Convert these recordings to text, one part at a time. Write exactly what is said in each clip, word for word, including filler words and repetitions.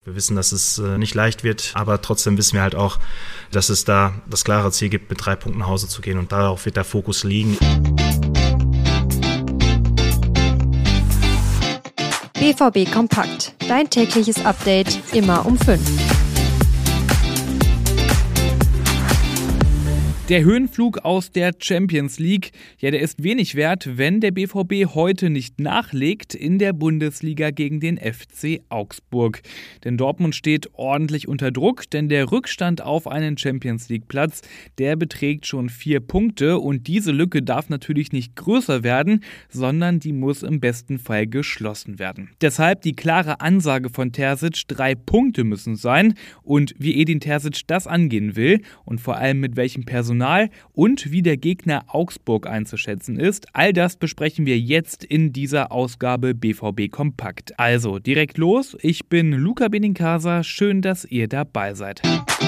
Wir wissen, dass es nicht leicht wird, aber trotzdem wissen wir halt auch, dass es da das klare Ziel gibt, mit drei Punkten nach Hause zu gehen und darauf wird der Fokus liegen. B V B Kompakt. Dein tägliches Update immer um fünf. Der Höhenflug aus der Champions League, ja, der ist wenig wert, wenn der B V B heute nicht nachlegt in der Bundesliga gegen den F C Augsburg. Denn Dortmund steht ordentlich unter Druck, denn der Rückstand auf einen Champions League Platz, der beträgt schon vier Punkte und diese Lücke darf natürlich nicht größer werden, sondern die muss im besten Fall geschlossen werden. Deshalb die klare Ansage von Terzic, drei Punkte müssen sein und wie Edin Terzic das angehen will und vor allem mit welchem Personal und wie der Gegner Augsburg einzuschätzen ist. All das besprechen wir jetzt in dieser Ausgabe B V B Kompakt. Also direkt los, ich bin Luca Benincasa, schön, dass ihr dabei seid.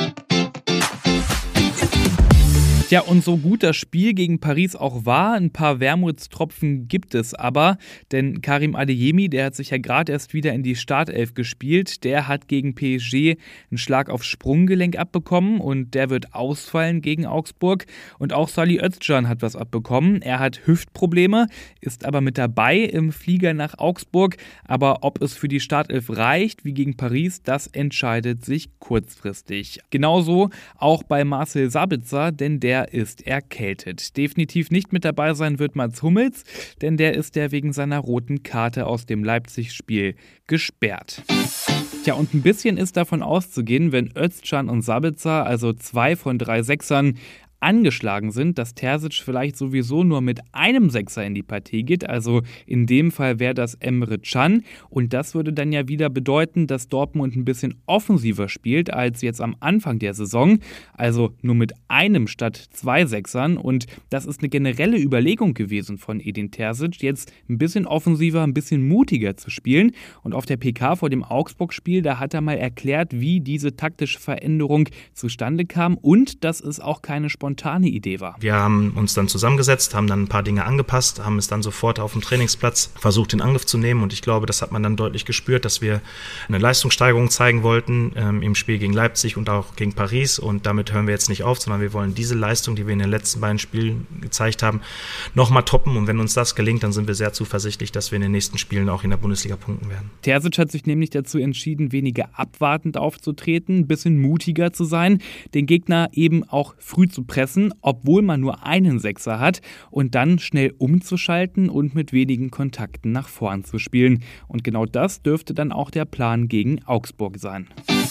Ja, und so gut das Spiel gegen Paris auch war, ein paar Wermutstropfen gibt es aber, denn Karim Adeyemi, der hat sich ja gerade erst wieder in die Startelf gespielt, der hat gegen P S G einen Schlag aufs Sprunggelenk abbekommen und der wird ausfallen gegen Augsburg und auch Salih Özcan hat was abbekommen, er hat Hüftprobleme, ist aber mit dabei im Flieger nach Augsburg, aber ob es für die Startelf reicht wie gegen Paris, das entscheidet sich kurzfristig. Genauso auch bei Marcel Sabitzer, denn der ist erkältet. Definitiv nicht mit dabei sein wird Mats Hummels, denn der ist ja wegen seiner roten Karte aus dem Leipzig-Spiel gesperrt. Tja, und ein bisschen ist davon auszugehen, wenn Özcan und Sabitzer, also zwei von drei Sechsern, angeschlagen sind, dass Terzic vielleicht sowieso nur mit einem Sechser in die Partie geht, also in dem Fall wäre das Emre Can und das würde dann ja wieder bedeuten, dass Dortmund ein bisschen offensiver spielt als jetzt am Anfang der Saison, also nur mit einem statt zwei Sechsern und das ist eine generelle Überlegung gewesen von Edin Terzic, jetzt ein bisschen offensiver, ein bisschen mutiger zu spielen und auf der P K vor dem Augsburg-Spiel, da hat er mal erklärt, wie diese taktische Veränderung zustande kam und dass es auch keine spontane Idee war. Wir haben uns dann zusammengesetzt, haben dann ein paar Dinge angepasst, haben es dann sofort auf dem Trainingsplatz versucht, in Angriff zu nehmen und ich glaube, das hat man dann deutlich gespürt, dass wir eine Leistungssteigerung zeigen wollten ähm, im Spiel gegen Leipzig und auch gegen Paris und damit hören wir jetzt nicht auf, sondern wir wollen diese Leistung, die wir in den letzten beiden Spielen gezeigt haben, nochmal toppen und wenn uns das gelingt, dann sind wir sehr zuversichtlich, dass wir in den nächsten Spielen auch in der Bundesliga punkten werden. Terzic hat sich nämlich dazu entschieden, weniger abwartend aufzutreten, ein bisschen mutiger zu sein, den Gegner eben auch früh zu pressen, obwohl man nur einen Sechser hat und dann schnell umzuschalten und mit wenigen Kontakten nach vorn zu spielen. Und genau das dürfte dann auch der Plan gegen Augsburg sein.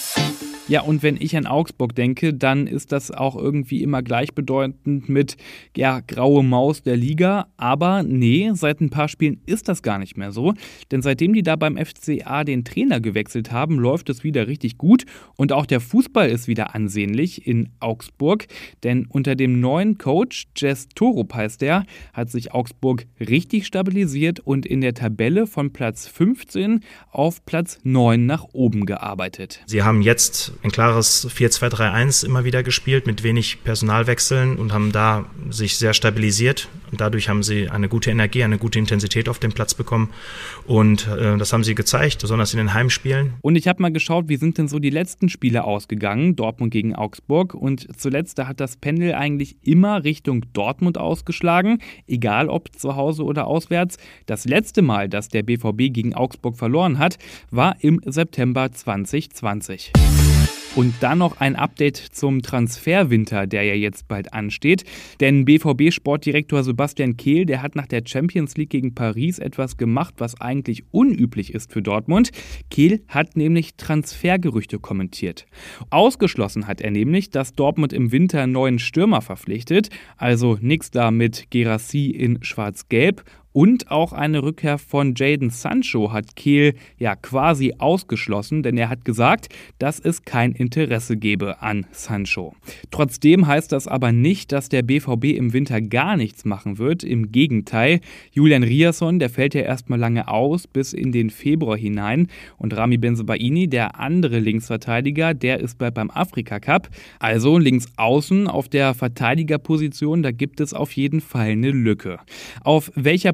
Ja, und wenn ich an Augsburg denke, dann ist das auch irgendwie immer gleichbedeutend mit, ja, graue Maus der Liga. Aber nee, seit ein paar Spielen ist das gar nicht mehr so. Denn seitdem die da beim F C A den Trainer gewechselt haben, läuft es wieder richtig gut. Und auch der Fußball ist wieder ansehnlich in Augsburg. Denn unter dem neuen Coach, Jess Torup heißt der, hat sich Augsburg richtig stabilisiert und in der Tabelle von Platz fünfzehn auf Platz neun nach oben gearbeitet. Sie haben jetzt ein klares vier zwei drei eins immer wieder gespielt mit wenig Personalwechseln und haben da sich sehr stabilisiert. Und dadurch haben sie eine gute Energie, eine gute Intensität auf dem Platz bekommen. Und äh, das haben sie gezeigt, besonders in den Heimspielen. Und ich habe mal geschaut, wie sind denn so die letzten Spiele ausgegangen, Dortmund gegen Augsburg. Und zuletzt, da hat das Pendel eigentlich immer Richtung Dortmund ausgeschlagen, egal ob zu Hause oder auswärts. Das letzte Mal, dass der B V B gegen Augsburg verloren hat, war im September zwanzig zwanzig. Und dann noch ein Update zum Transferwinter, der ja jetzt bald ansteht. Denn B V B-Sportdirektor Sebastian Kehl, der hat nach der Champions League gegen Paris etwas gemacht, was eigentlich unüblich ist für Dortmund. Kehl hat nämlich Transfergerüchte kommentiert. Ausgeschlossen hat er nämlich, dass Dortmund im Winter einen neuen Stürmer verpflichtet. Also nix da mit Guirassy in Schwarz-Gelb. Und auch eine Rückkehr von Jadon Sancho hat Kehl ja quasi ausgeschlossen, denn er hat gesagt, dass es kein Interesse gebe an Sancho. Trotzdem heißt das aber nicht, dass der B V B im Winter gar nichts machen wird. Im Gegenteil, Julian Riasson, der fällt ja erstmal lange aus bis in den Februar hinein. Und Rami Bensebaini, der andere Linksverteidiger, der ist bald beim Afrika Cup. Also links außen auf der Verteidigerposition, da gibt es auf jeden Fall eine Lücke. Auf welcher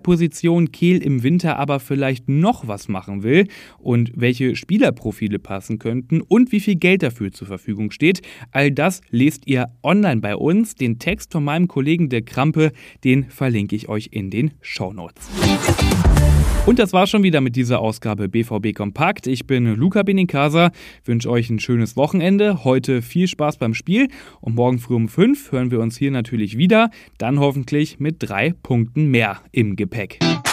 Position Kehl im Winter aber vielleicht noch was machen will und welche Spielerprofile passen könnten und wie viel Geld dafür zur Verfügung steht. All das lest ihr online bei uns. Den Text von meinem Kollegen Dirk Krampe, den verlinke ich euch in den Shownotes. Und das war schon wieder mit dieser Ausgabe B V B Kompakt. Ich bin Luca Benincasa, wünsche euch ein schönes Wochenende. Heute viel Spaß beim Spiel und morgen früh um fünf hören wir uns hier natürlich wieder. Dann hoffentlich mit drei Punkten mehr im Gepäck.